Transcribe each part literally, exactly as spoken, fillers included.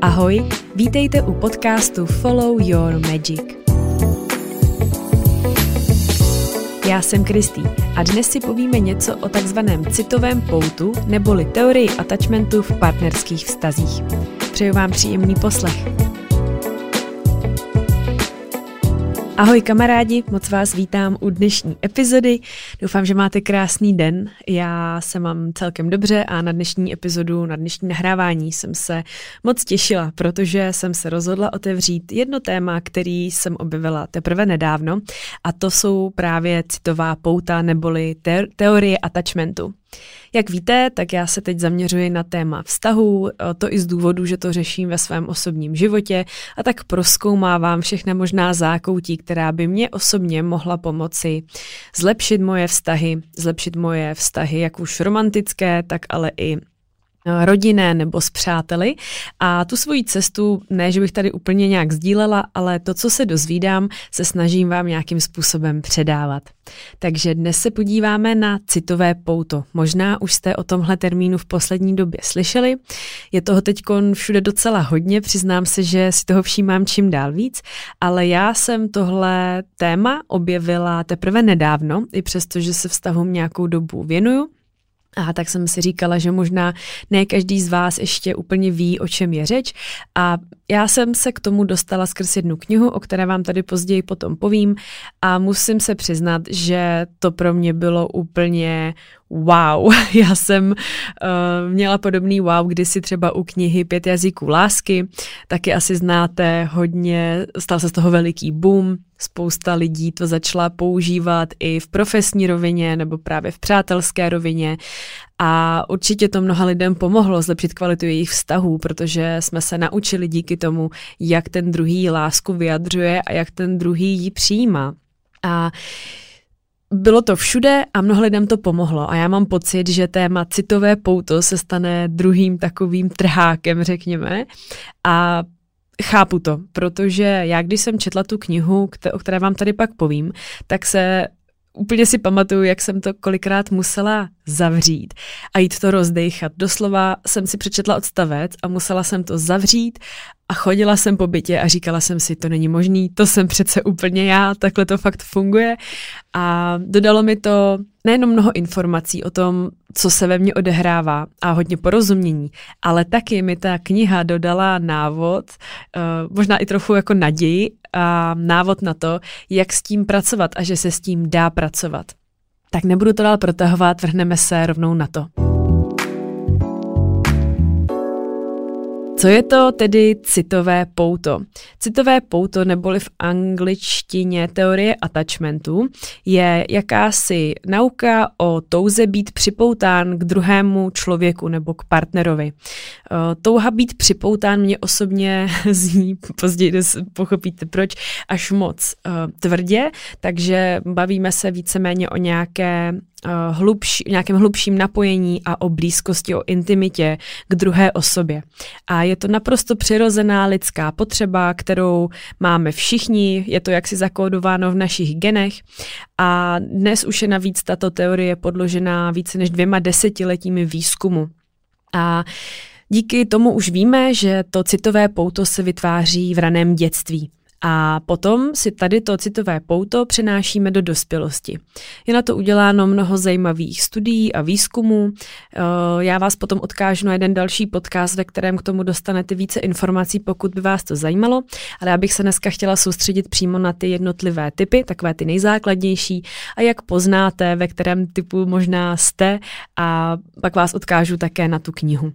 Ahoj, vítejte u podcastu Follow Your Magic. Já jsem Kristý a dnes si povíme něco o takzvaném citovém poutu neboli teorii attachmentu v partnerských vztazích. Přeju vám příjemný poslech. Ahoj kamarádi, moc vás vítám u dnešní epizody. Doufám, že máte krásný den. Já se mám celkem dobře a na dnešní epizodu, na dnešní nahrávání jsem se moc těšila, protože jsem se rozhodla otevřít jedno téma, který jsem objevila teprve nedávno, a to jsou právě citová pouta neboli te- teorie attachmentu. Jak víte, tak já se teď zaměřuji na téma vztahů, to i z důvodu, že to řeším ve svém osobním životě a tak prozkoumávám všechna možná zákoutí, která by mě osobně mohla pomoci zlepšit moje vztahy, zlepšit moje vztahy jak už romantické, tak ale i rodinné nebo s přáteli. A tu svoji cestu, ne, že bych tady úplně nějak sdílela, ale to, co se dozvídám, se snažím vám nějakým způsobem předávat. Takže dnes se podíváme na citové pouto. Možná už jste o tomhle termínu v poslední době slyšeli. Je toho teďkon všude docela hodně, přiznám se, že si toho všímám čím dál víc, ale já jsem tohle téma objevila teprve nedávno, i přesto, že se vztahům nějakou dobu věnuju. A tak jsem si říkala, že možná ne každý z vás ještě úplně ví, o čem je řeč. A já jsem se k tomu dostala skrz jednu knihu, o které vám tady později potom povím. A musím se přiznat, že to pro mě bylo úplně wow. Já jsem uh, měla podobný wow kdysi třeba u knihy Pět jazyků lásky. Taky asi znáte hodně, stal se z toho veliký boom. Spousta lidí to začala používat i v profesní rovině nebo právě v přátelské rovině a určitě to mnoha lidem pomohlo zlepšit kvalitu jejich vztahů, protože jsme se naučili díky tomu, jak ten druhý lásku vyjadřuje a jak ten druhý ji přijímá. A bylo to všude a mnoha lidem to pomohlo a já mám pocit, že téma citové pouto se stane druhým takovým trhákem, řekněme, a chápu to, protože já, když jsem četla tu knihu, o které vám tady pak povím, tak se úplně si pamatuju, jak jsem to kolikrát musela zavřít a jít to rozdejchat. Doslova jsem si přečetla odstavec a musela jsem to zavřít a chodila jsem po bytě a říkala jsem si, to není možný, to jsem přece úplně já, takhle to fakt funguje. A dodalo mi to nejenom mnoho informací o tom, co se ve mně odehrává a hodně porozumění, ale taky mi ta kniha dodala návod, uh, možná i trochu jako naději a návod na to, jak s tím pracovat a že se s tím dá pracovat. Tak nebudu to dál protahovat, vrhneme se rovnou na to. Co je to tedy citové pouto? Citové pouto, neboli v angličtině teorie attachmentu, je jakási nauka o touze být připoután k druhému člověku nebo k partnerovi. Touha být připoután mě osobně zní, později pochopíte proč, až moc tvrdě, takže bavíme se víceméně o nějaké Hlubší, nějakém hlubším napojení a o blízkosti, o intimitě k druhé osobě. A je to naprosto přirozená lidská potřeba, kterou máme všichni, je to jaksi zakódováno v našich genech a dnes už je navíc tato teorie podložená více než dvěma desetiletími výzkumu. A díky tomu už víme, že to citové pouto se vytváří v raném dětství. A potom si tady to citové pouto přenášíme do dospělosti. Je na to uděláno mnoho zajímavých studií a výzkumů. Já vás potom odkážu na jeden další podcast, ve kterém k tomu dostanete více informací, pokud by vás to zajímalo. Ale já bych se dneska chtěla soustředit přímo na ty jednotlivé typy, takové ty nejzákladnější a jak poznáte, ve kterém typu možná jste, a pak vás odkážu také na tu knihu.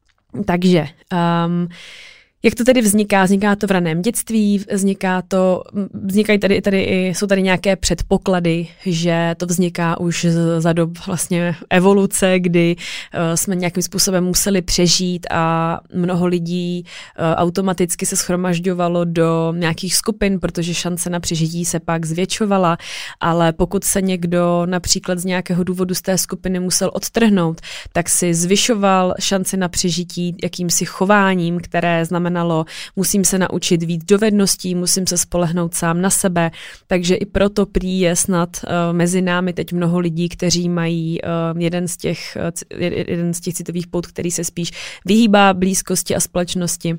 Takže um, jak to tedy vzniká? Vzniká to v raném dětství, vzniká to, vznikají tady, tady jsou tady nějaké předpoklady, že to vzniká už za dob vlastně evoluce, kdy uh, jsme nějakým způsobem museli přežít a mnoho lidí uh, automaticky se shromažďovalo do nějakých skupin, protože šance na přežití se pak zvětšovala, ale pokud se někdo například z nějakého důvodu z té skupiny musel odtrhnout, tak si zvyšoval šanci na přežití jakýmsi chováním, které znamená znamenalo, musím se naučit víc dovedností, musím se spolehnout sám na sebe, takže i proto prý je snad uh, mezi námi teď mnoho lidí, kteří mají uh, jeden z těch, uh, jeden z těch citových pout, který se spíš vyhýbá blízkosti a společnosti.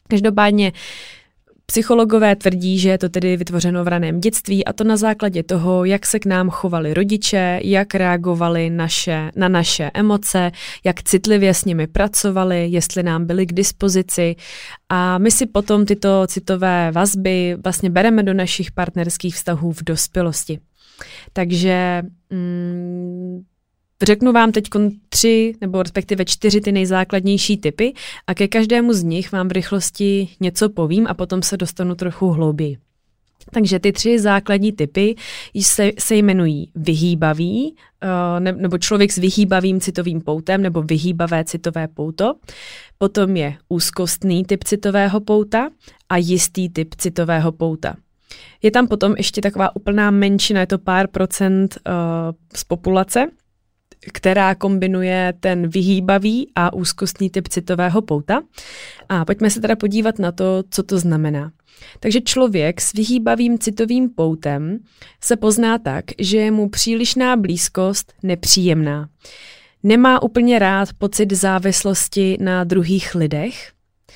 Každopádně psychologové tvrdí, že je to tedy vytvořeno v raném dětství a to na základě toho, jak se k nám chovali rodiče, jak reagovali naše, na naše emoce, jak citlivě s nimi pracovali, jestli nám byli k dispozici a my si potom tyto citové vazby vlastně bereme do našich partnerských vztahů v dospělosti. Takže mm, řeknu vám teď tři nebo respektive čtyři ty nejzákladnější typy a ke každému z nich vám v rychlosti něco povím a potom se dostanu trochu hlouběji. Takže ty tři základní typy se, se jmenují vyhýbavý, ne, nebo člověk s vyhýbavým citovým poutem nebo vyhýbavé citové pouto. Potom je úzkostný typ citového pouta a jistý typ citového pouta. Je tam potom ještě taková úplná menšina, je to pár procent uh, z populace, která kombinuje ten vyhýbavý a úzkostný typ citového pouta. A pojďme se teda podívat na to, co to znamená. Takže člověk s vyhýbavým citovým poutem se pozná tak, že je mu přílišná blízkost nepříjemná. Nemá úplně rád pocit závislosti na druhých lidech.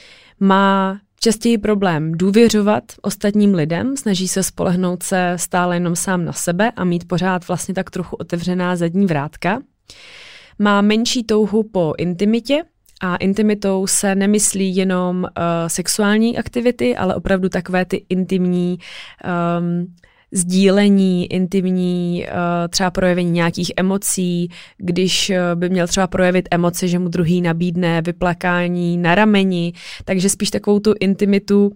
Má častěji problém důvěřovat ostatním lidem, snaží se spolehnout se stále jenom sám na sebe a mít pořád vlastně tak trochu otevřená zadní vrátka. Má menší touhu po intimitě a intimitou se nemyslí jenom uh, sexuální aktivity, ale opravdu takové ty intimní um, sdílení, intimní uh, třeba projevení nějakých emocí, když uh, by měl třeba projevit emoci, že mu druhý nabídne vyplakání na rameni, takže spíš takovou tu intimitu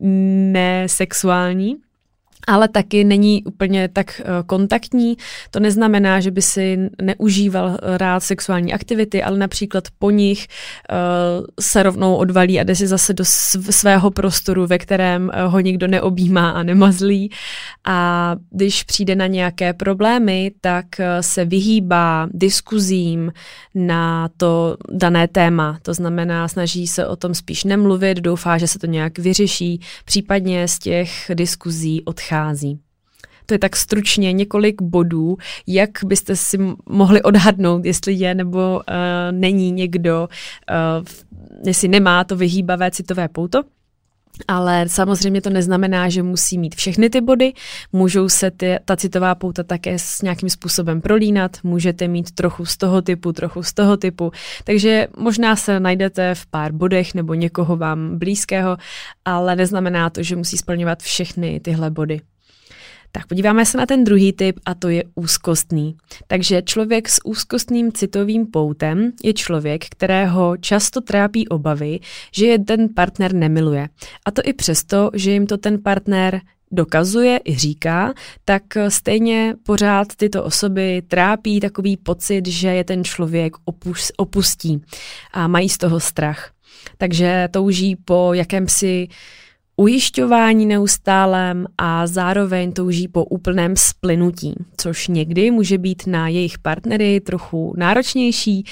nesexuální. Ale taky není úplně tak kontaktní. To neznamená, že by si neužíval rád sexuální aktivity, ale například po nich uh, se rovnou odvalí a jde si zase do svého prostoru, ve kterém ho nikdo neobjímá a nemazlí. A když přijde na nějaké problémy, tak se vyhýbá diskuzím na to dané téma. To znamená, snaží se o tom spíš nemluvit, doufá, že se to nějak vyřeší, případně z těch diskuzí odchází. To je tak stručně několik bodů, jak byste si mohli odhadnout, jestli je nebo uh, není někdo, uh, jestli nemá to vyhýbavé citové pouto. Ale samozřejmě to neznamená, že musí mít všechny ty body, můžou se ty, ta citová pouta také s nějakým způsobem prolínat, můžete mít trochu z toho typu, trochu z toho typu, takže možná se najdete v pár bodech nebo někoho vám blízkého, ale neznamená to, že musí splňovat všechny tyhle body. Tak podíváme se na ten druhý typ a to je úzkostný. Takže člověk s úzkostným citovým poutem je člověk, kterého často trápí obavy, že je ten partner nemiluje. A to i přesto, že jim to ten partner dokazuje i říká, tak stejně pořád tyto osoby trápí takový pocit, že je ten člověk opustí a mají z toho strach. Takže touží po jakémsi ujišťování neustálém a zároveň touží po úplném splynutí, což někdy může být na jejich partnery trochu náročnější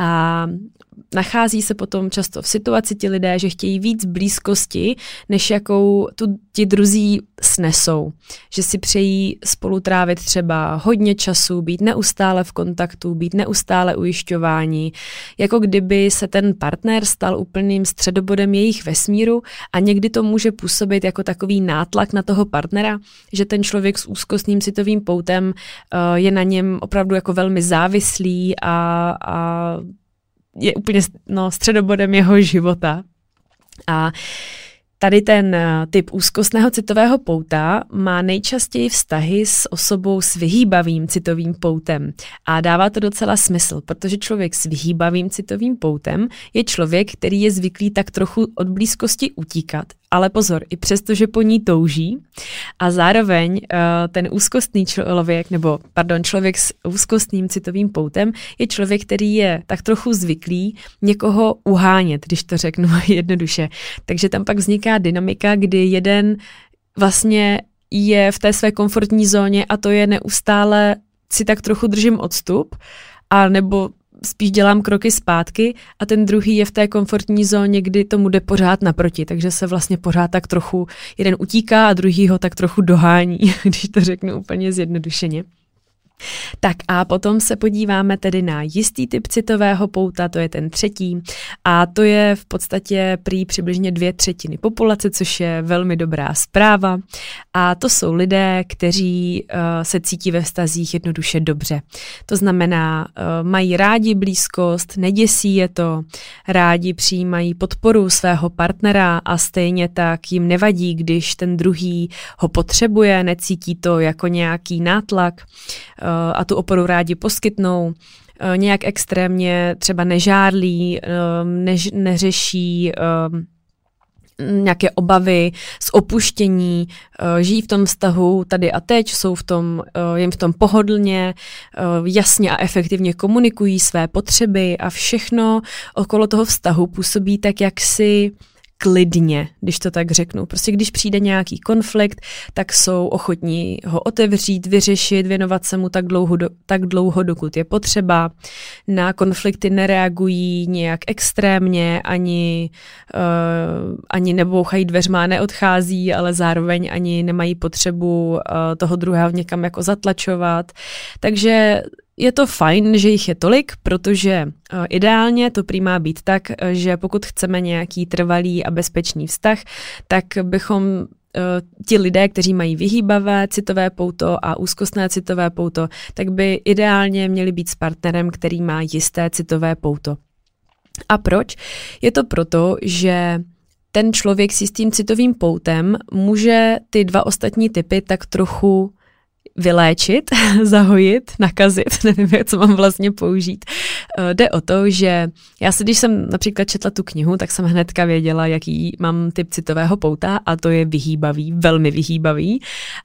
a nachází se potom často v situaci ti lidé, že chtějí víc blízkosti, než jakou tu ti druzí snesou. Že si přejí spolu trávit třeba hodně času, být neustále v kontaktu, být neustále ujišťování, jako kdyby se ten partner stal úplným středobodem jejich vesmíru a někdy to může působit jako takový nátlak na toho partnera, že ten člověk s úzkostným citovým poutem uh, je na něm opravdu jako velmi závislý a, a je úplně no, středobodem jeho života. A tady ten typ úzkostného citového pouta má nejčastěji vztahy s osobou s vyhýbavým citovým poutem. A dává to docela smysl, protože člověk s vyhýbavým citovým poutem je člověk, který je zvyklý tak trochu od blízkosti utíkat. Ale pozor, i přesto, že po ní touží a zároveň uh, ten úzkostný člověk, nebo pardon, člověk s úzkostným citovým poutem je člověk, který je tak trochu zvyklý někoho uhánět, když to řeknu jednoduše. Takže tam pak vzniká dynamika, kdy jeden vlastně je v té své komfortní zóně a to je neustále si tak trochu držím odstup a nebo spíš dělám kroky zpátky a ten druhý je v té komfortní zóně, kdy tomu jde pořád naproti, takže se vlastně pořád tak trochu jeden utíká a druhý ho tak trochu dohání, když to řeknu úplně zjednodušeně. Tak a potom se podíváme tedy na jistý typ citového pouta, to je ten třetí, a to je v podstatě prý přibližně dvě třetiny populace, což je velmi dobrá zpráva. A to jsou lidé, kteří uh, se cítí ve vztazích jednoduše dobře. To znamená, uh, mají rádi blízkost, neděsí je to, rádi přijímají podporu svého partnera a stejně tak jim nevadí, když ten druhý ho potřebuje, necítí to jako nějaký nátlak, uh, a tu oporu rádi poskytnou, nějak extrémně třeba nežárlí, než, neřeší nějaké obavy z opuštění, žijí v tom vztahu tady a teď, jsou v tom, jim v tom pohodlně, jasně a efektivně komunikují své potřeby a všechno okolo toho vztahu působí tak jaksi klidně, když to tak řeknu. Prostě když přijde nějaký konflikt, tak jsou ochotní ho otevřít, vyřešit, věnovat se mu tak dlouho, do, tak dlouho dokud je potřeba. Na konflikty nereagují nějak extrémně, ani, uh, ani nebouchají dveřma, neodchází, ale zároveň ani nemají potřebu uh, toho druhého někam jako zatlačovat. Takže je to fajn, že jich je tolik, protože uh, ideálně to prý má být tak, že pokud chceme nějaký trvalý a bezpečný vztah, tak bychom uh, ti lidé, kteří mají vyhýbavé citové pouto a úzkostné citové pouto, tak by ideálně měli být s partnerem, který má jisté citové pouto. A proč? Je to proto, že ten člověk s jistým citovým poutem může ty dva ostatní typy tak trochu vyléčit, zahojit, nakazit, nevím, co mám vlastně použít. Jde o to, že já si, když jsem například četla tu knihu, tak jsem hnedka věděla, jaký mám typ citového pouta a to je vyhýbavý, velmi vyhýbavý.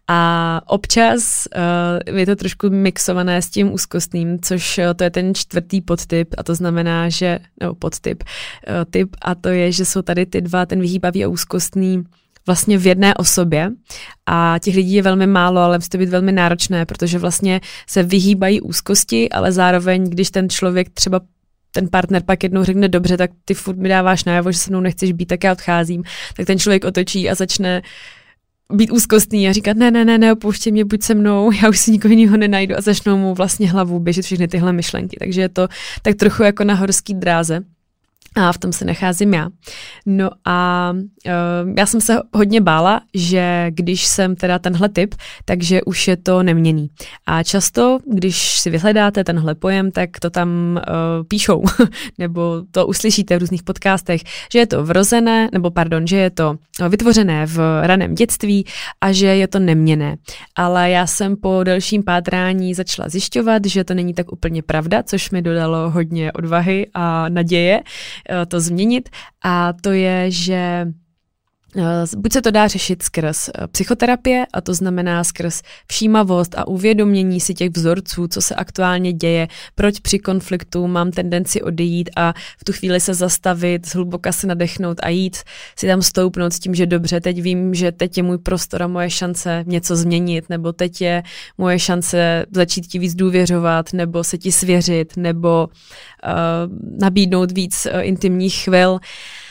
A občas uh, je to trošku mixované s tím úzkostným, což to je ten čtvrtý podtyp a to znamená, že, nebo podtyp, uh, typ a to je, že jsou tady ty dva, ten vyhýbavý a úzkostný vlastně v jedné osobě a těch lidí je velmi málo, ale musí to být velmi náročné, protože vlastně se vyhýbají úzkosti, ale zároveň, když ten člověk třeba ten partner pak jednou řekne dobře, tak ty furt mi dáváš najevo, že se mnou nechceš být, tak já odcházím, tak ten člověk otočí a začne být úzkostný a říkat ne, ne, ne, neopouštěj mě, buď se mnou, já už si nikoho jiného nenajdu a začnou mu vlastně hlavu běžet všechny tyhle myšlenky, takže je to tak trochu jako na horský dráze. A v tom se nacházím já. No a uh, já jsem se hodně bála, že když jsem teda tenhle typ, takže už je to neměnný. A často, když si vyhledáte tenhle pojem, tak to tam uh, píšou, nebo to uslyšíte v různých podcastech, že je to vrozené, nebo pardon, že je to vytvořené v raném dětství a že je to neměnné. Ale já jsem po delším pátrání začala zjišťovat, že to není tak úplně pravda, což mi dodalo hodně odvahy a naděje to změnit a to je, že buď se to dá řešit skrz psychoterapie, a to znamená skrz všímavost a uvědomění si těch vzorců, co se aktuálně děje, proč při konfliktu mám tendenci odejít a v tu chvíli se zastavit, zhluboka se nadechnout a jít si tam stoupnout s tím, že dobře, teď vím, že teď je můj prostor a moje šance něco změnit, nebo teď je moje šance začít ti víc důvěřovat, nebo se ti svěřit, nebo uh, nabídnout víc uh, intimních chvil.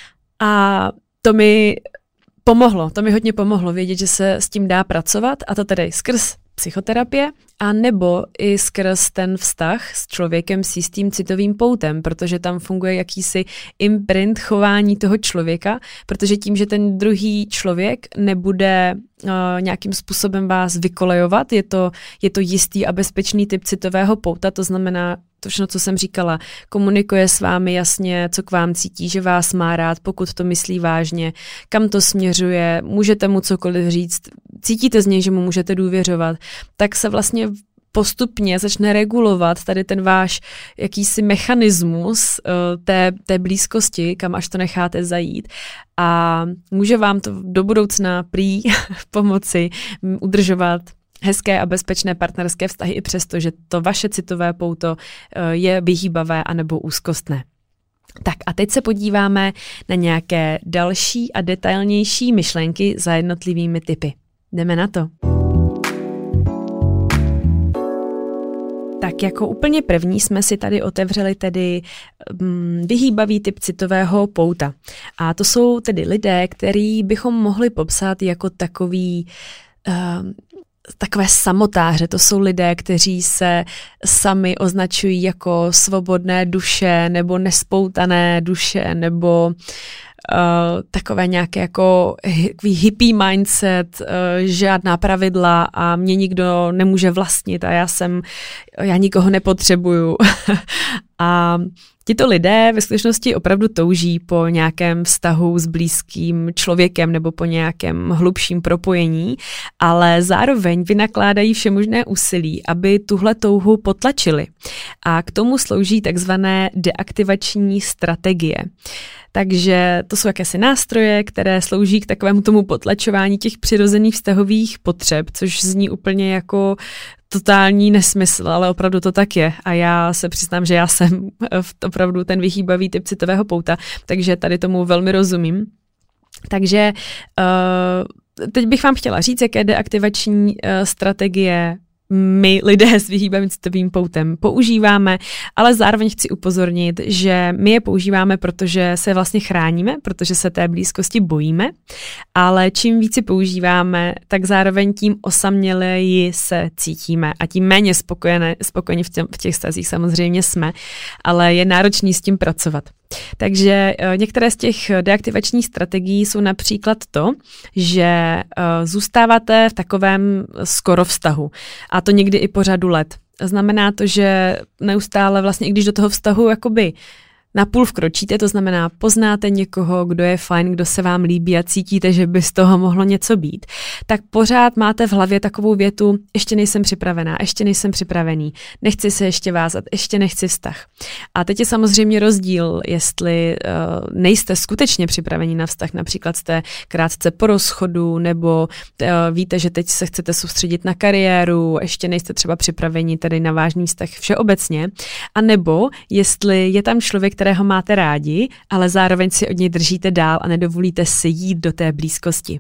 A to mi pomohlo, to mi hodně pomohlo vědět, že se s tím dá pracovat a to tedy skrz psychoterapie a nebo i skrz ten vztah s člověkem s jistým citovým poutem, protože tam funguje jakýsi imprint chování toho člověka, protože tím, že ten druhý člověk nebude uh, nějakým způsobem vás vykolejovat, je to, je to jistý a bezpečný typ citového pouta, to znamená to všechno, co jsem říkala, komunikuje s vámi jasně, co k vám cítí, že vás má rád, pokud to myslí vážně, kam to směřuje, můžete mu cokoliv říct, cítíte z něj, že mu můžete důvěřovat, tak se vlastně postupně začne regulovat tady ten váš jakýsi mechanismus uh, té, té blízkosti, kam až to necháte zajít a může vám to do budoucna prý pomoci udržovat hezké a bezpečné partnerské vztahy i přesto, že to vaše citové pouto je vyhýbavé anebo úzkostné. Tak a teď se podíváme na nějaké další a detailnější myšlenky za jednotlivými typy. Jdeme na to. Tak jako úplně první jsme si tady otevřeli tedy um, vyhýbavý typ citového pouta. A to jsou tedy lidé, který bychom mohli popsat jako takový um, takové samotáře, to jsou lidé, kteří se sami označují jako svobodné duše nebo nespoutané duše nebo Uh, takové nějaké jako hippie mindset, uh, žádná pravidla a mě nikdo nemůže vlastnit a já jsem, já nikoho nepotřebuju. A tito lidé ve skutečnosti opravdu touží po nějakém vztahu s blízkým člověkem nebo po nějakém hlubším propojení, ale zároveň vynakládají všemožné úsilí, aby tuhle touhu potlačili. A k tomu slouží takzvané deaktivační strategie. Takže to jsou jakési nástroje, které slouží k takovému tomu potlačování těch přirozených vztahových potřeb, což zní úplně jako totální nesmysl, ale opravdu to tak je. A já se přiznám, že já jsem opravdu ten vyhýbavý typ citového pouta, takže tady tomu velmi rozumím. Takže uh, teď bych vám chtěla říct, jaké deaktivační uh, strategie my lidé s vyhýbavým citovým poutem používáme, ale zároveň chci upozornit, že my je používáme, protože se vlastně chráníme, protože se té blízkosti bojíme, ale čím více používáme, tak zároveň tím osaměleji se cítíme a tím méně spokojené, spokojení v, těm, v těch vztazích samozřejmě jsme, ale je náročný s tím pracovat. Takže uh, některé z těch deaktivačních strategií jsou například to, že uh, zůstáváte v takovém skoro vztahu a to někdy i po řadu let. Znamená to, že neustále vlastně, i když do toho vztahu jakoby napůl vkročíte, to znamená poznáte někoho, kdo je fajn, kdo se vám líbí a cítíte, že by z toho mohlo něco být, tak pořád máte v hlavě takovou větu, ještě nejsem připravená, ještě nejsem připravený, nechci se ještě vázat, ještě nechci vztah. A teď je samozřejmě rozdíl, jestli uh, nejste skutečně připraveni na vztah, například jste krátce po rozchodu, nebo uh, víte, že teď se chcete soustředit na kariéru, ještě nejste třeba připraveni tady na vážný vztah všeobecně, a nebo jestli je tam člověk, kterého máte rádi, ale zároveň si od něj držíte dál a nedovolíte si jít do té blízkosti.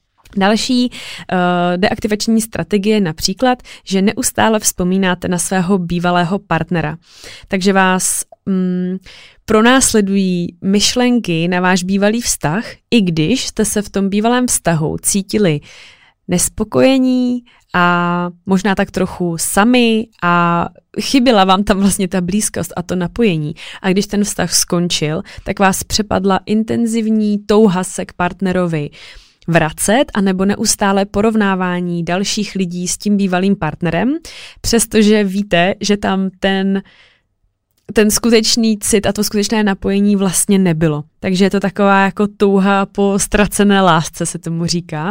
Další uh, deaktivační strategie je například, že neustále vzpomínáte na svého bývalého partnera. Takže vás mm, pronásledují myšlenky na váš bývalý vztah, i když jste se v tom bývalém vztahu cítili nespokojení a možná tak trochu sami a chyběla vám tam vlastně ta blízkost a to napojení. A když ten vztah skončil, tak vás přepadla intenzivní touha se k partnerovi vracet anebo neustále porovnávání dalších lidí s tím bývalým partnerem, přestože víte, že tam ten ten skutečný cit a to skutečné napojení vlastně nebylo. Takže je to taková jako touha po ztracené lásce, se tomu říká.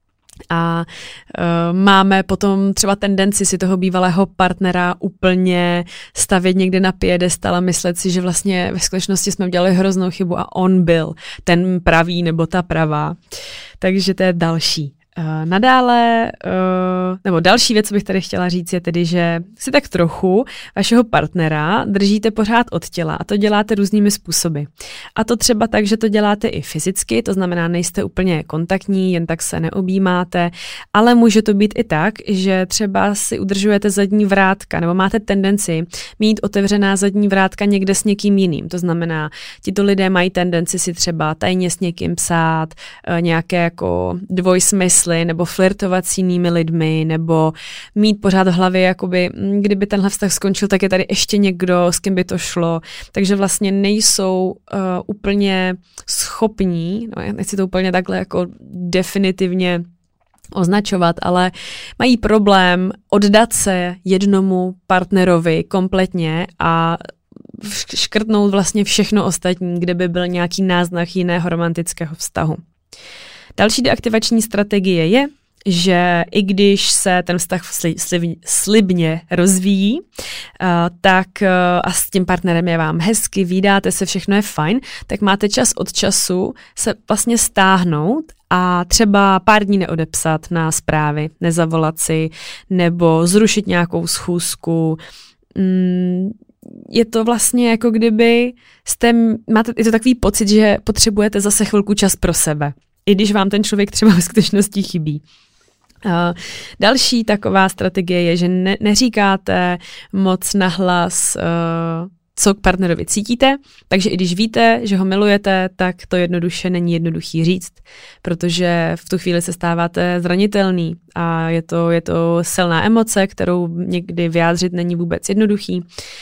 A uh, máme potom třeba tendenci si toho bývalého partnera úplně stavět někde na piedestal a myslet si, že vlastně ve skutečnosti jsme udělali hroznou chybu a on byl ten pravý nebo ta pravá. Takže to je další. Uh, nadále, uh, nebo další věc, co bych tady chtěla říct, je tedy, že si tak trochu vašeho partnera držíte pořád od těla a to děláte různými způsoby. A to třeba tak, že to děláte i fyzicky, to znamená, nejste úplně kontaktní, jen tak se neobjímáte, ale může to být i tak, že třeba si udržujete zadní vrátka nebo máte tendenci mít otevřená zadní vrátka někde s někým jiným. To znamená, tito lidé mají tendenci si třeba tajně s někým psát, uh, nějaké jako dvojsmysly nebo flirtovat s jinými lidmi, nebo mít pořád v hlavě, jakoby, kdyby tenhle vztah skončil, tak je tady ještě někdo, s kým by to šlo. Takže vlastně nejsou uh, úplně schopní, no já nechci to úplně takhle jako definitivně označovat, ale mají problém oddat se jednomu partnerovi kompletně a škrtnout vlastně všechno ostatní, kde by byl nějaký náznak jiného romantického vztahu. Další deaktivační strategie je, že i když se ten vztah slibně rozvíjí, tak a s tím partnerem je vám hezky, vídáte se, všechno je fajn, tak máte čas od času se vlastně stáhnout a třeba pár dní neodepsat na zprávy, nezavolat si nebo zrušit nějakou schůzku. Je to vlastně jako kdyby jste, máte, je to takový pocit, že potřebujete zase chvilku čas pro sebe, i když vám ten člověk třeba ve skutečnosti chybí. Uh, další taková strategie je, že ne, neříkáte moc nahlas uh, co k partnerovi cítíte, takže i když víte, že ho milujete, tak to jednoduše není jednoduchý říct, protože v tu chvíli se stáváte zranitelný a je to, je to silná emoce, kterou někdy vyjádřit není vůbec jednoduchý.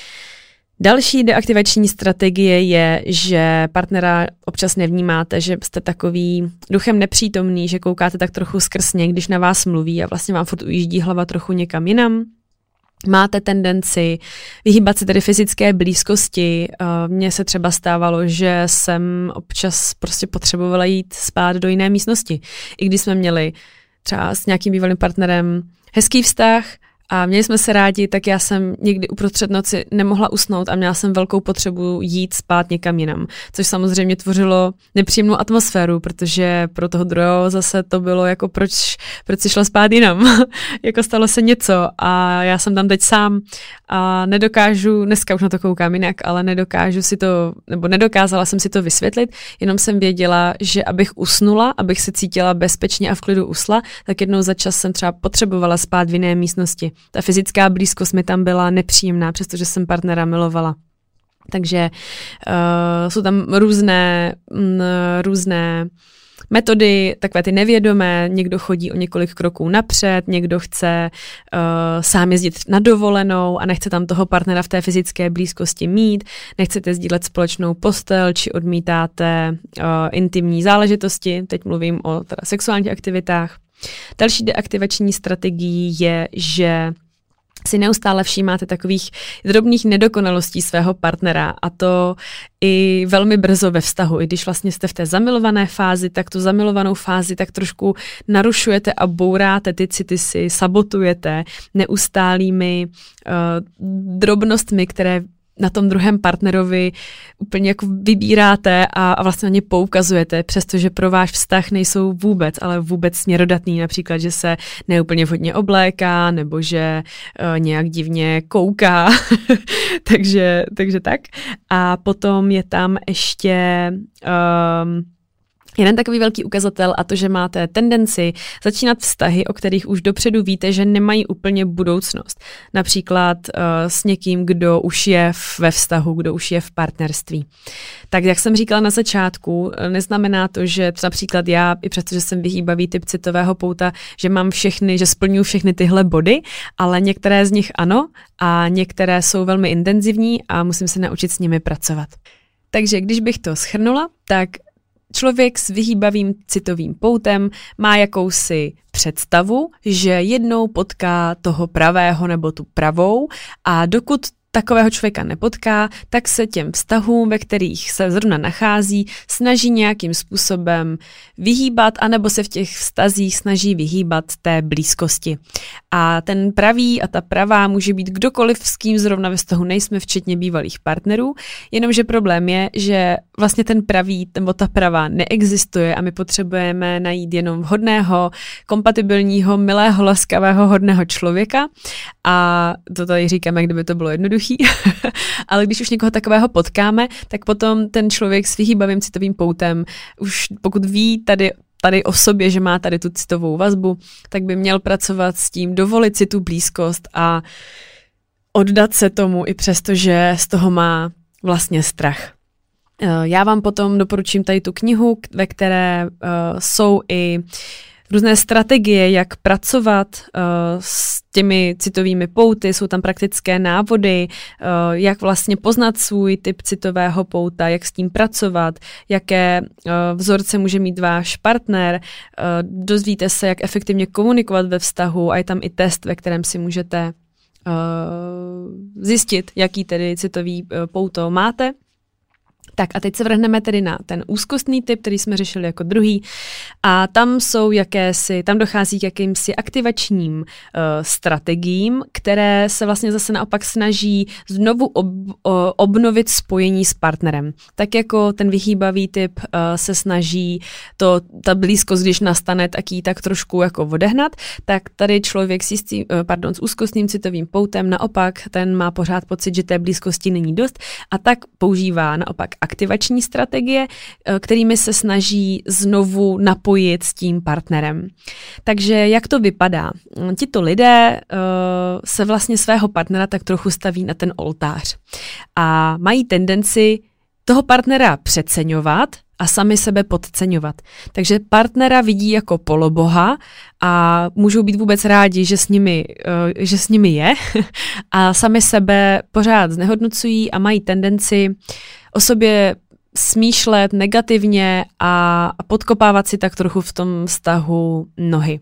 Další deaktivační strategie je, že partnera občas nevnímáte, že jste takový duchem nepřítomný, že koukáte tak trochu skrz něj, když na vás mluví a vlastně vám furt ujíždí hlava trochu někam jinam. Máte tendenci vyhýbat se tedy fyzické blízkosti. Mně se třeba stávalo, že jsem občas prostě potřebovala jít spát do jiné místnosti. I když jsme měli třeba s nějakým bývalým partnerem hezký vztah, a měli jsme se rádi, tak já jsem někdy uprostřed noci nemohla usnout a měla jsem velkou potřebu jít spát někam jinam, což samozřejmě tvořilo nepříjemnou atmosféru, protože pro toho druhého zase to bylo jako proč, proč si šla spát jinam, jako stalo se něco a já jsem tam teď sám a nedokážu, dneska už na to koukám jinak, ale nedokážu si to, nebo nedokázala jsem si to vysvětlit, jenom jsem věděla, že abych usnula, abych se cítila bezpečně a v klidu usla, tak jednou za čas jsem třeba potřebovala spát v jiné místnosti. Ta fyzická blízkost mi tam byla nepříjemná, přestože jsem partnera milovala. Takže uh, jsou tam různé, m, různé metody, takové ty nevědomé, někdo chodí o několik kroků napřed, někdo chce uh, sám jezdit na dovolenou a nechce tam toho partnera v té fyzické blízkosti mít, nechcete sdílet společnou postel, či odmítáte uh, intimní záležitosti, teď mluvím o teda sexuálních aktivitách. Další deaktivační strategií je, že si neustále všímáte takových drobných nedokonalostí svého partnera a to i velmi brzo ve vztahu. I když vlastně jste v té zamilované fázi, tak tu zamilovanou fázi tak trošku narušujete a bouráte ty city si, sabotujete neustálými uh, drobnostmi, které na tom druhém partnerovi úplně jako vybíráte a, a vlastně na ně poukazujete, přestože pro váš vztah nejsou vůbec, ale vůbec směrodatný, například, že se neúplně vhodně obléká, nebo že uh, nějak divně kouká, takže, takže tak. A potom je tam ještě um, jeden takový velký ukazatel a to, že máte tendenci začínat vztahy, o kterých už dopředu víte, že nemají úplně budoucnost. Například uh, s někým, kdo už je ve vztahu, kdo už je v partnerství. Tak jak jsem říkala na začátku, neznamená to, že například já, i přesto, že jsem vyhýbavý typ citového pouta, že mám všechny, že splňuji všechny tyhle body, ale některé z nich ano a některé jsou velmi intenzivní a musím se naučit s nimi pracovat. Takže když bych to shrnula, tak člověk s vyhýbavým citovým poutem má jakousi představu, že jednou potká toho pravého nebo tu pravou a dokud takového člověka nepotká, tak se těm vztahům, ve kterých se zrovna nachází, snaží nějakým způsobem vyhýbat, anebo se v těch vztazích snaží vyhýbat té blízkosti. A ten pravý a ta pravá může být kdokoliv, s kým zrovna ve vztahu nejsme, včetně bývalých partnerů, jenomže problém je, že vlastně ten pravý nebo ta pravá neexistuje a my potřebujeme najít jenom vhodného, kompatibilního, milého, laskavého, hodného člověka a to tady říkáme, kdyby to bylo jednoduché. Ale když už někoho takového potkáme, tak potom ten člověk s vyhýbavým citovým poutem, už pokud ví tady, tady o sobě, že má tady tu citovou vazbu, tak by měl pracovat s tím, dovolit si tu blízkost a oddat se tomu i přesto, že z toho má vlastně strach. Já vám potom doporučím tady tu knihu, ve které uh, jsou i různé strategie, jak pracovat uh, s těmi citovými pouty, jsou tam praktické návody, uh, jak vlastně poznat svůj typ citového pouta, jak s tím pracovat, jaké uh, vzorce může mít váš partner, uh, dozvíte se, jak efektivně komunikovat ve vztahu a je tam i test, ve kterém si můžete uh, zjistit, jaký tedy citový uh, pouto máte. Tak a teď se vrhneme tedy na ten úzkostný typ, který jsme řešili jako druhý a tam jsou jakési, tam dochází k jakýmsi aktivačním uh, strategiím, které se vlastně zase naopak snaží znovu ob, o, obnovit spojení s partnerem. Tak jako ten vyhýbavý typ uh, se snaží to, ta blízkost, když nastane, tak jí tak trošku jako odehnat, tak tady člověk s, jistý, uh, pardon, s úzkostným citovým poutem naopak, ten má pořád pocit, že té blízkosti není dost a tak používá naopak aktivační strategie, kterými se snaží znovu napojit s tím partnerem. Takže jak to vypadá? Tito lidé uh, se vlastně svého partnera tak trochu staví na ten oltář a mají tendenci toho partnera přeceňovat a sami sebe podceňovat. Takže partnera vidí jako poloboha a můžou být vůbec rádi, že s nimi, že s nimi je a sami sebe pořád znehodnocují a mají tendenci o sobě smýšlet negativně a podkopávat si tak trochu v tom vztahu nohy.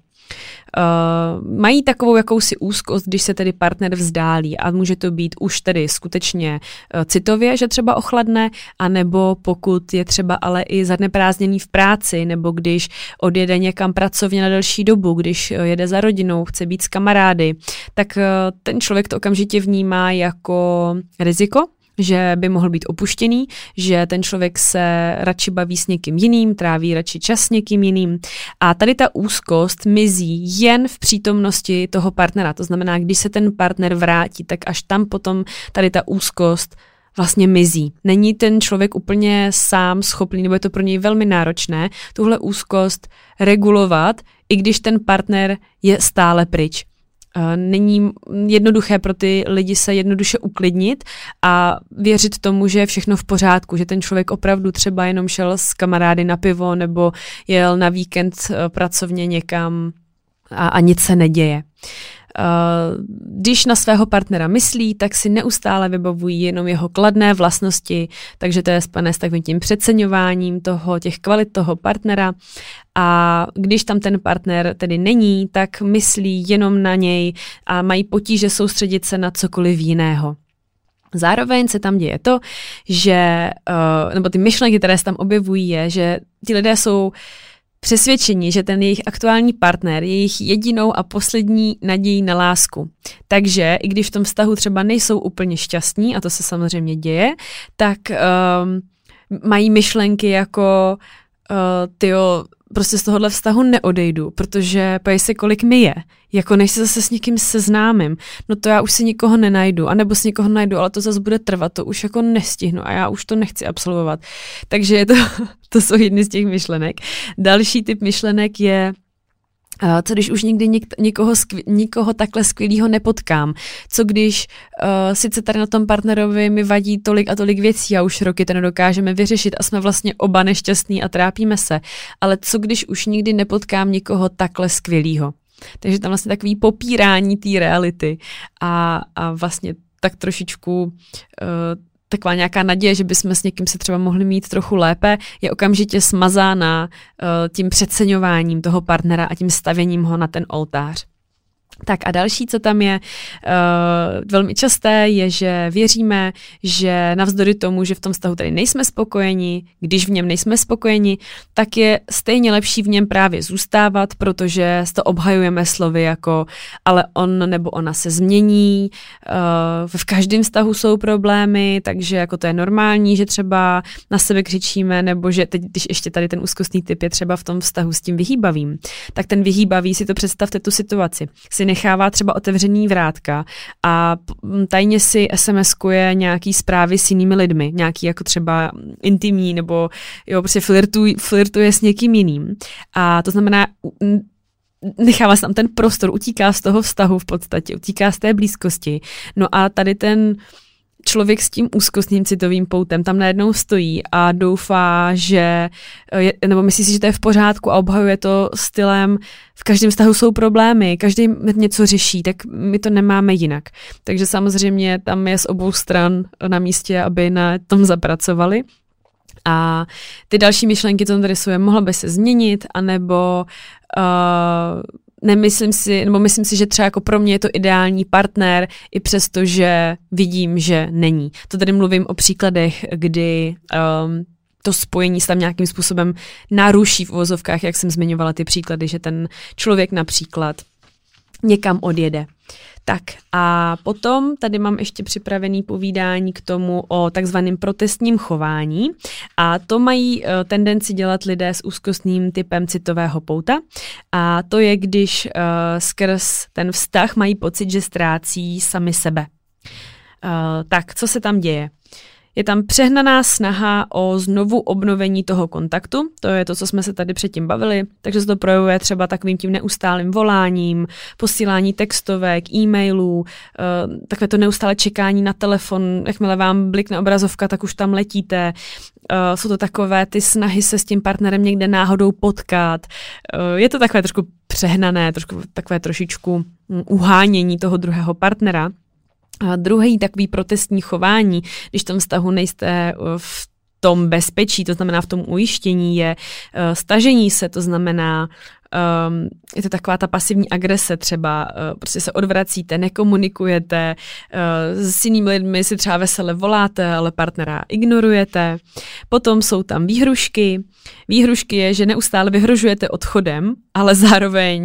Uh, mají takovou jakousi úzkost, když se tedy partner vzdálí a může to být už tedy skutečně uh, citově, že třeba ochladne, anebo pokud je třeba ale i zaneprázdněný v práci, nebo když odjede někam pracovně na delší dobu, když uh, jede za rodinou, chce být s kamarády, tak uh, ten člověk to okamžitě vnímá jako riziko, že by mohl být opuštěný, že ten člověk se radši baví s někým jiným, tráví radši čas s někým jiným. A tady ta úzkost mizí jen v přítomnosti toho partnera. To znamená, když se ten partner vrátí, tak až tam potom tady ta úzkost vlastně mizí. Není ten člověk úplně sám schopný, nebo je to pro něj velmi náročné, tuhle úzkost regulovat, i když ten partner je stále pryč. Není jednoduché pro ty lidi se jednoduše uklidnit a věřit tomu, že je všechno v pořádku, že ten člověk opravdu třeba jenom šel s kamarády na pivo nebo jel na víkend pracovně někam a, a nic se neděje. Když na svého partnera myslí, tak si neustále vybavují jenom jeho kladné vlastnosti, takže to je spojené s takovým tím přeceňováním toho, těch kvalit toho partnera a když tam ten partner tedy není, tak myslí jenom na něj a mají potíže soustředit se na cokoliv jiného. Zároveň se tam děje to, že, nebo ty myšlenky, které se tam objevují, je, že ti lidé jsou přesvědčení, že ten jejich aktuální partner je jejich jedinou a poslední nadějí na lásku. Takže i když v tom vztahu třeba nejsou úplně šťastní, a to se samozřejmě děje, tak um, mají myšlenky jako uh, tyjo, prostě z tohohle vztahu neodejdu, protože pojď se, kolik mi je, jako než se zase s někým seznámím, no to já už si nikoho nenajdu, anebo si někoho najdu, ale to zase bude trvat, to už jako nestihnu a já už to nechci absolvovat. Takže je to, to jsou jedny z těch myšlenek. Další typ myšlenek je, co když už nikdy něk, někoho, skvěl, nikoho takhle skvělýho nepotkám? Co když uh, sice tady na tom partnerovi mi vadí tolik a tolik věcí a už roky to nedokážeme vyřešit a jsme vlastně oba nešťastní a trápíme se, ale co když už nikdy nepotkám někoho takhle skvělýho? Takže tam vlastně takový popírání té reality a, a vlastně tak trošičku uh, taková nějaká naděje, že bychom s někým se třeba mohli mít trochu lépe, je okamžitě smazána uh, tím přeceňováním toho partnera a tím stavěním ho na ten oltář. Tak a další, co tam je uh, velmi časté, je, že věříme, že navzdory tomu, že v tom vztahu tady nejsme spokojeni, když v něm nejsme spokojeni, tak je stejně lepší v něm právě zůstávat, protože to obhajujeme slovy jako ale on nebo ona se změní, uh, v každém vztahu jsou problémy, takže jako to je normální, že třeba na sebe křičíme, nebo že teď, když ještě tady ten úzkostný typ je třeba v tom vztahu s tím vyhýbavým, tak ten vyhýbavý, si to představte tu situaci, si nechává třeba otevřený vrátka a tajně si SMSkuje nějaký zprávy s jinými lidmi, nějaký jako třeba intimní nebo jo, prostě flirtuj, flirtuje s někým jiným. A to znamená, nechává se tam ten prostor, utíká z toho vztahu v podstatě, utíká z té blízkosti. No a tady ten člověk s tím úzkostným citovým poutem tam najednou stojí a doufá, že, je, nebo myslí si, že to je v pořádku a obhajuje to stylem v každém vztahu jsou problémy, každý něco řeší, tak my to nemáme jinak. Takže samozřejmě tam je z obou stran na místě, aby na tom zapracovali. A ty další myšlenky, co tam tady jsou, je, mohla by se změnit, anebo uh, nemyslím si, nebo myslím si, že třeba jako pro mě je to ideální partner, i přesto, že vidím, že není. To tady mluvím o příkladech, kdy um, to spojení se tam nějakým způsobem naruší v uvozovkách, jak jsem zmiňovala ty příklady, že ten člověk například někam odjede. Tak a potom tady mám ještě připravený povídání k tomu o takzvaném protestním chování a to mají uh, tendenci dělat lidé s úzkostným typem citového pouta a to je, když uh, skrz ten vztah mají pocit, že ztrácí sami sebe. Uh, tak, co se tam děje? Je tam přehnaná snaha o znovu obnovení toho kontaktu, to je to, co jsme se tady předtím bavili, takže se to projevuje třeba takovým tím neustálým voláním, posílání textovek, e-mailů, takové to neustále čekání na telefon, jakmile vám blikne obrazovka, tak už tam letíte. Jsou to takové ty snahy se s tím partnerem někde náhodou potkat. Je to takové trošku přehnané, trošku takové trošičku uhánění toho druhého partnera. A druhý takový protestní chování, když v tom vztahu nejste v tom bezpečí, to znamená v tom ujištění, je uh, stažení se, to znamená, um, je to taková ta pasivní agrese třeba, uh, prostě se odvracíte, nekomunikujete, uh, s jinými lidmi si třeba vesele voláte, ale partnera ignorujete. Potom jsou tam výhrušky. Výhrušky je, že neustále vyhrožujete odchodem, ale zároveň uh,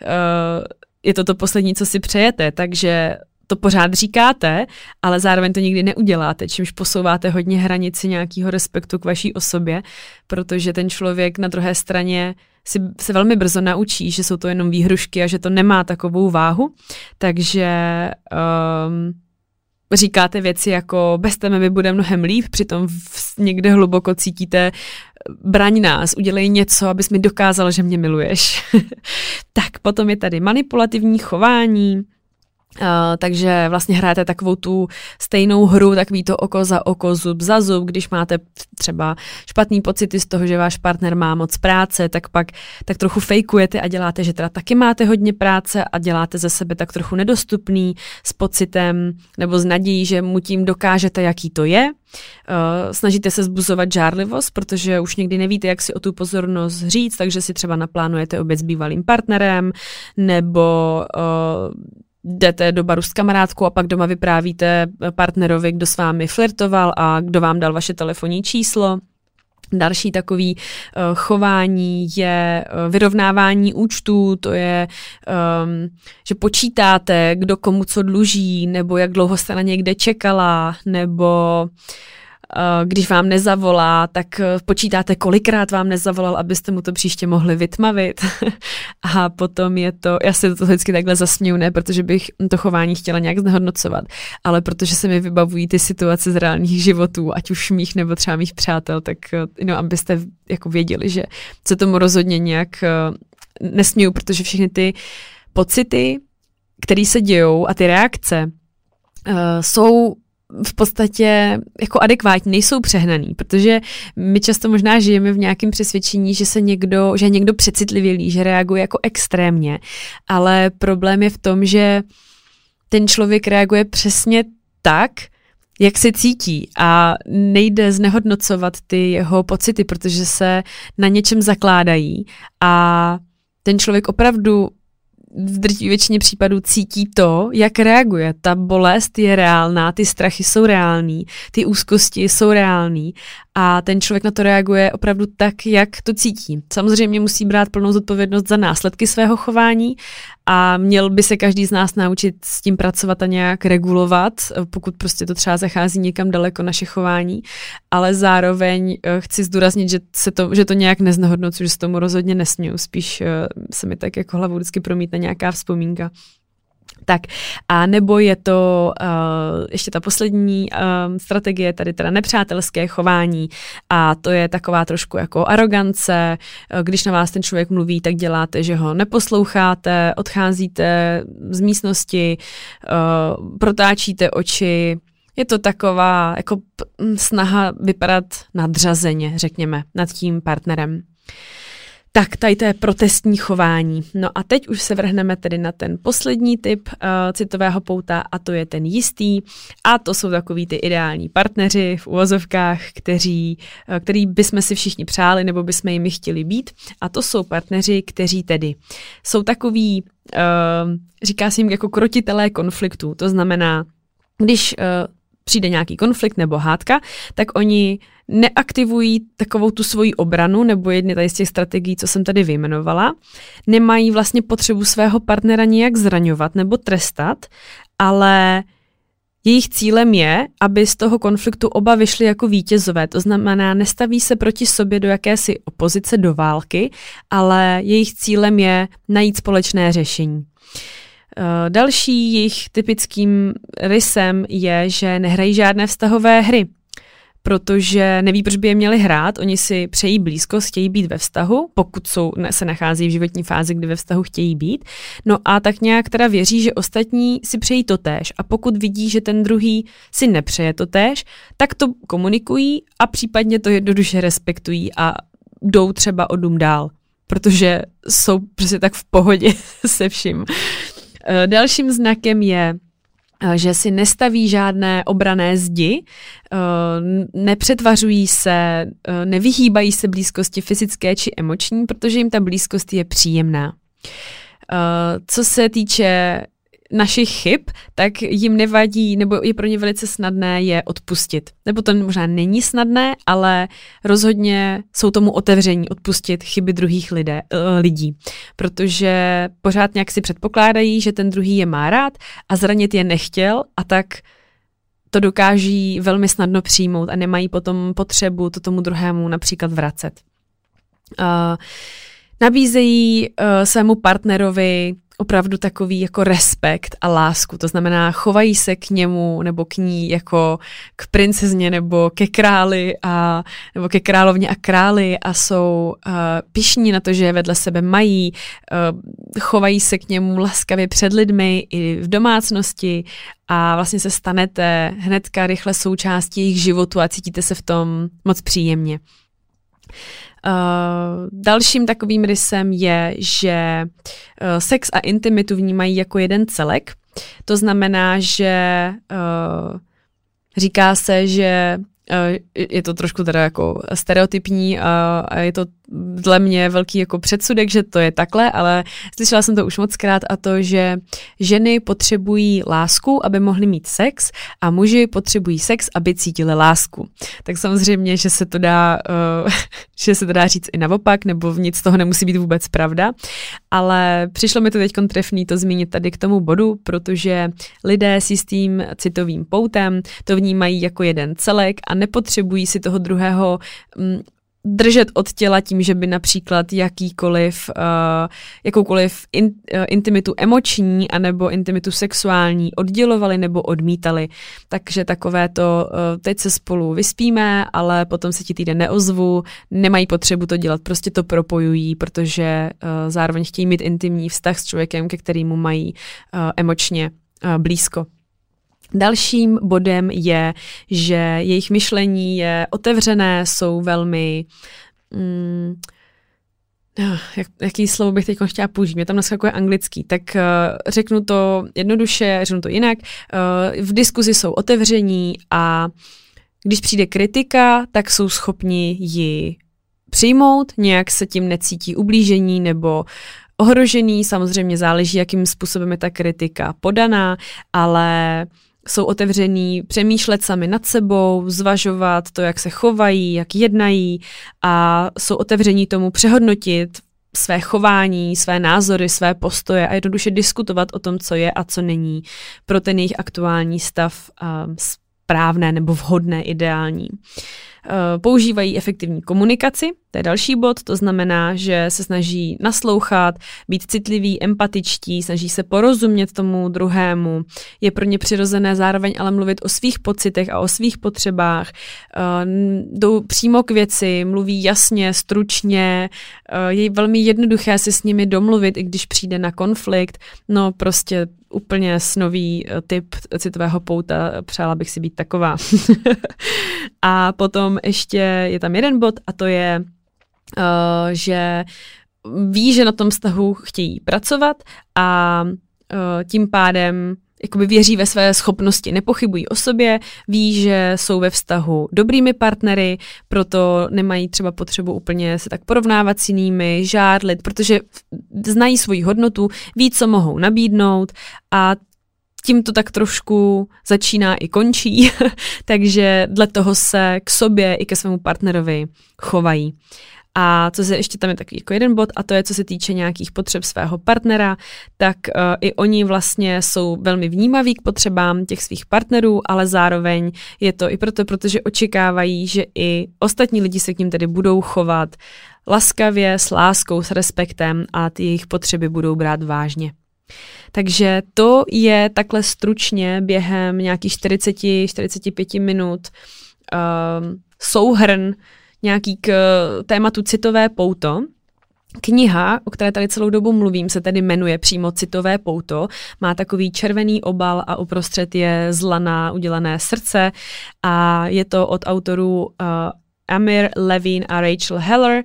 je to to poslední, co si přejete, takže to pořád říkáte, ale zároveň to nikdy neuděláte, čímž posouváte hodně hranici nějakého respektu k vaší osobě, protože ten člověk na druhé straně si se velmi brzo naučí, že jsou to jenom výhrušky a že to nemá takovou váhu, takže um, říkáte věci jako bez tebe mi bude mnohem líp, přitom v, někde hluboko cítíte braň nás, udělej něco, abys mi dokázal, že mě miluješ. Tak potom je tady manipulativní chování. Uh, takže vlastně hrajete takovou tu stejnou hru, takový to oko za oko, zub za zub, když máte třeba špatný pocity z toho, že váš partner má moc práce, tak pak tak trochu fejkujete a děláte, že teda taky máte hodně práce a děláte ze sebe tak trochu nedostupný s pocitem nebo s nadějí, že mu tím dokážete, jaký to je. Uh, snažíte se zbuzovat žárlivost, protože už někdy nevíte, jak si o tu pozornost říct, takže si třeba naplánujete oběd s bývalým partnerem nebo uh, jdete do baru s kamarádkou a pak doma vyprávíte partnerovi, kdo s vámi flirtoval a kdo vám dal vaše telefonní číslo. Další takový uh, chování je uh, vyrovnávání účtů, to je, um, že počítáte, kdo komu co dluží, nebo jak dlouho jste na někde čekala, nebo uh, když vám nezavolá, tak uh, počítáte, kolikrát vám nezavolal, abyste mu to příště mohli vytmavit. A potom je to, já se to vždycky takhle zasměju, ne, protože bych to chování chtěla nějak znehodnocovat, ale protože se mi vybavují ty situace z reálných životů, ať už mých nebo třeba mých přátel, tak no, abyste jako věděli, že se tomu rozhodně nějak uh, nesměju, protože všechny ty pocity, které se dějou a ty reakce uh, jsou v podstatě jako adekvátní, nejsou přehnaný, protože my často možná žijeme v nějakém přesvědčení, že se někdo, že je někdo přecitlivělý, že reaguje jako extrémně, ale problém je v tom, že ten člověk reaguje přesně tak, jak se cítí a nejde znehodnocovat ty jeho pocity, protože se na něčem zakládají a ten člověk opravdu v drtivé většině případů cítí to, jak reaguje. Ta bolest je reálná, ty strachy jsou reální, ty úzkosti jsou reální a ten člověk na to reaguje opravdu tak, jak to cítí. Samozřejmě musí brát plnou zodpovědnost za následky svého chování a měl by se každý z nás naučit s tím pracovat a nějak regulovat, pokud prostě to třeba zachází někam daleko naše chování, ale zároveň chci zdůraznit, že, se to, že to nějak neznehodnocuji, že se tomu rozhodně nesměju, spíš se mi tak jako hlavou vždycky promítne nějaká vzpomínka. Tak a nebo je to uh, ještě ta poslední uh, strategie, tady teda nepřátelské chování a to je taková trošku jako arogance, když na vás ten člověk mluví, tak děláte, že ho neposloucháte, odcházíte z místnosti, uh, protáčíte oči, je to taková jako snaha vypadat nadřazeně, řekněme, nad tím partnerem. Tak, tady to je protestní chování. No a teď už se vrhneme tedy na ten poslední typ uh, citového pouta a to je ten jistý. A to jsou takový ty ideální partneři v uvozovkách, kteří, uh, který bychom si všichni přáli nebo bychom jimi chtěli být. A to jsou partneři, kteří tedy jsou takový, uh, říká se jim jako krotitelé konfliktů. To znamená, když uh, přijde nějaký konflikt nebo hádka, tak oni neaktivují takovou tu svoji obranu nebo jedny tady z těch strategií, co jsem tady vyjmenovala. Nemají vlastně potřebu svého partnera nějak zraňovat nebo trestat, ale jejich cílem je, aby z toho konfliktu oba vyšli jako vítězové. To znamená, nestaví se proti sobě do jakési opozice, do války, ale jejich cílem je najít společné řešení. Další jejich typickým rysem je, že nehrají žádné vztahové hry. protože neví, proč by je měli hrát, oni si přejí blízkost, chtějí být ve vztahu, pokud jsou, ne, se nachází v životní fázi, kdy ve vztahu chtějí být. No a tak nějak teda věří, že ostatní si přejí totéž a pokud vidí, že ten druhý si nepřeje totéž, tak to komunikují a případně to jednoduše respektují a jdou třeba o dům dál, protože jsou prostě tak v pohodě se vším. Dalším znakem je, že si nestaví žádné obranné zdi, nepřetvařují se, nevyhýbají se blízkosti fyzické či emoční, protože jim ta blízkost je příjemná. Co se týče našich chyb, tak jim nevadí, nebo je pro ně velice snadné je odpustit. Nebo to možná není snadné, ale rozhodně jsou tomu otevření odpustit chyby druhých lidé, lidí. Protože pořád nějak si předpokládají, že ten druhý je má rád a zranit je nechtěl a tak to dokáží velmi snadno přijmout a nemají potom potřebu to tomu druhému například vracet. Uh, nabízejí uh, svému partnerovi opravdu takový jako respekt a lásku. To znamená, chovají se k němu nebo k ní jako k princezně nebo ke králi a, nebo ke královně a králi a jsou uh, pyšní na to, že je vedle sebe mají, uh, chovají se k němu laskavě před lidmi i v domácnosti a vlastně se stanete hnedka rychle součástí jejich životu a cítíte se v tom moc příjemně. Uh, dalším takovým rysem je, že uh, sex a intimitu vnímají jako jeden celek. To znamená, že uh, říká se, že uh, je to trošku teda jako stereotypní uh, a je to dle mě velký jako předsudek, že to je takhle, ale slyšela jsem to už moc krát a to, že ženy potřebují lásku, aby mohly mít sex a muži potřebují sex, aby cítili lásku. Tak samozřejmě, že se to dá, uh, že se to dá říct i naopak, nebo nic z toho nemusí být vůbec pravda, ale přišlo mi to teď trefný to zmínit tady k tomu bodu, protože lidé s jistým citovým poutem to vnímají jako jeden celek a nepotřebují si toho druhého um, držet od těla tím, že by například jakýkoliv, uh, jakoukoliv in, uh, intimitu emoční anebo intimitu sexuální oddělovali nebo odmítali. Takže takové to, uh, teď se spolu vyspíme, ale potom se ti týden neozvu, nemají potřebu to dělat, prostě to propojují, protože uh, zároveň chtějí mít intimní vztah s člověkem, ke kterému mají uh, emočně uh, blízko. Dalším bodem je, že jejich myšlení je otevřené, jsou velmi... Mm, jak, jaký slovo bych teď chtěla použít? Mě tam naskakuje anglický, tak uh, řeknu to jednoduše, řeknu to jinak. Uh, v diskuzi jsou otevření a když přijde kritika, tak jsou schopni ji přijmout, nějak se tím necítí ublížení nebo ohrožený. Samozřejmě záleží, jakým způsobem je ta kritika podaná, ale jsou otevření přemýšlet sami nad sebou, zvažovat to, jak se chovají, jak jednají a jsou otevření tomu přehodnotit své chování, své názory, své postoje a jednoduše diskutovat o tom, co je a co není pro ten jejich aktuální stav uh, správné nebo vhodné, ideální. Používají efektivní komunikaci, to je další bod, to znamená, že se snaží naslouchat, být citliví, empatičtí, snaží se porozumět tomu druhému, je pro ně přirozené zároveň ale mluvit o svých pocitech a o svých potřebách, jdou přímo k věci, mluví jasně, stručně, je velmi jednoduché si s nimi domluvit, i když přijde na konflikt, no prostě úplně snový typ citového pouta, přála bych si být taková. A potom ještě je tam jeden bod a to je, uh, že ví, že na tom vztahu chtějí pracovat a uh, tím pádem jakoby věří ve své schopnosti, nepochybují o sobě, ví, že jsou ve vztahu dobrými partnery, proto nemají třeba potřebu úplně se tak porovnávat s jinými, žádlit, protože znají svoji hodnotu, ví, co mohou nabídnout a tím to tak trošku začíná i končí, takže dle toho se k sobě i ke svému partnerovi chovají. A co se ještě tam je takový jako jeden bod, a to je, co se týče nějakých potřeb svého partnera, tak uh, i oni vlastně jsou velmi vnímaví k potřebám těch svých partnerů, ale zároveň je to i proto, protože očekávají, že i ostatní lidi se k ním tedy budou chovat laskavě, s láskou, s respektem a ty jejich potřeby budou brát vážně. Takže to je takhle stručně během nějakých čtyřicet až čtyřicet pět minut souhrn nějaký k tématu citové pouto. Kniha, o které tady celou dobu mluvím, se tedy jmenuje přímo Citové pouto. Má takový červený obal a uprostřed je z lana udělané srdce a je to od autorů uh, Amir Levine a Rachel Heller.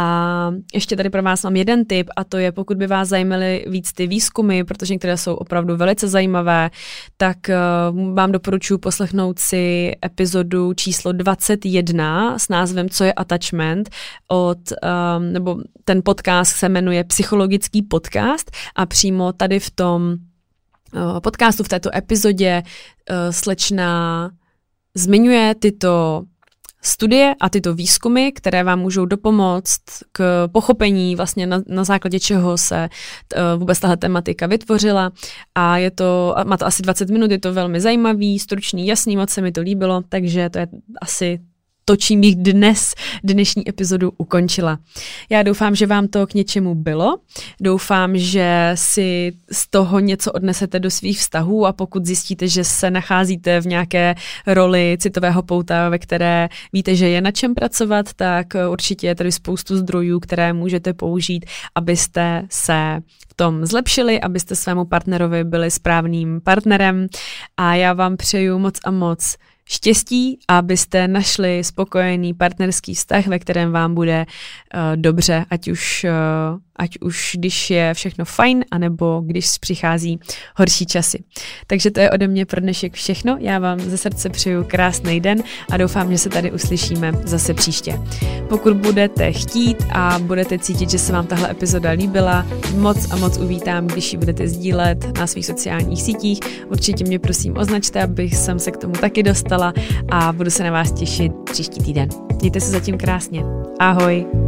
A ještě tady pro vás mám jeden tip a to je, pokud by vás zajímaly víc ty výzkumy, protože některé jsou opravdu velice zajímavé, tak uh, vám doporučuji poslechnout si epizodu číslo dvacet jedna s názvem Co je attachment od, um, nebo ten podcast se jmenuje Psychologický podcast a přímo tady v tom uh, podcastu, v této epizodě uh, slečna zmiňuje tyto studie a tyto výzkumy, které vám můžou dopomoct k pochopení vlastně na, na základě čeho se uh, vůbec tahle tematika vytvořila a je to, má to asi dvacet minut, je to velmi zajímavý, stručný, jasný, moc se mi to líbilo, takže to je asi to, čím bych dnes dnešní epizodu ukončila. Já doufám, že vám to k něčemu bylo. Doufám, že si z toho něco odnesete do svých vztahů a pokud zjistíte, že se nacházíte v nějaké roli citového pouta, ve které víte, že je na čem pracovat, tak určitě je tady spoustu zdrojů, které můžete použít, abyste se v tom zlepšili, abyste svému partnerovi byli správným partnerem a já vám přeju moc a moc štěstí, abyste našli spokojený partnerský vztah, ve kterém vám bude uh, dobře, ať už, uh, ať už když je všechno fajn, anebo když přichází horší časy. Takže to je ode mě pro dnešek všechno. Já vám ze srdce přeju krásný den a doufám, že se tady uslyšíme zase příště. Pokud budete chtít a budete cítit, že se vám tahle epizoda líbila, moc a moc uvítám, když ji budete sdílet na svých sociálních sítích. Určitě mě prosím označte, abych jsem se k tomu taky dostala a budu se na vás těšit příští týden. Mějte se zatím krásně. Ahoj!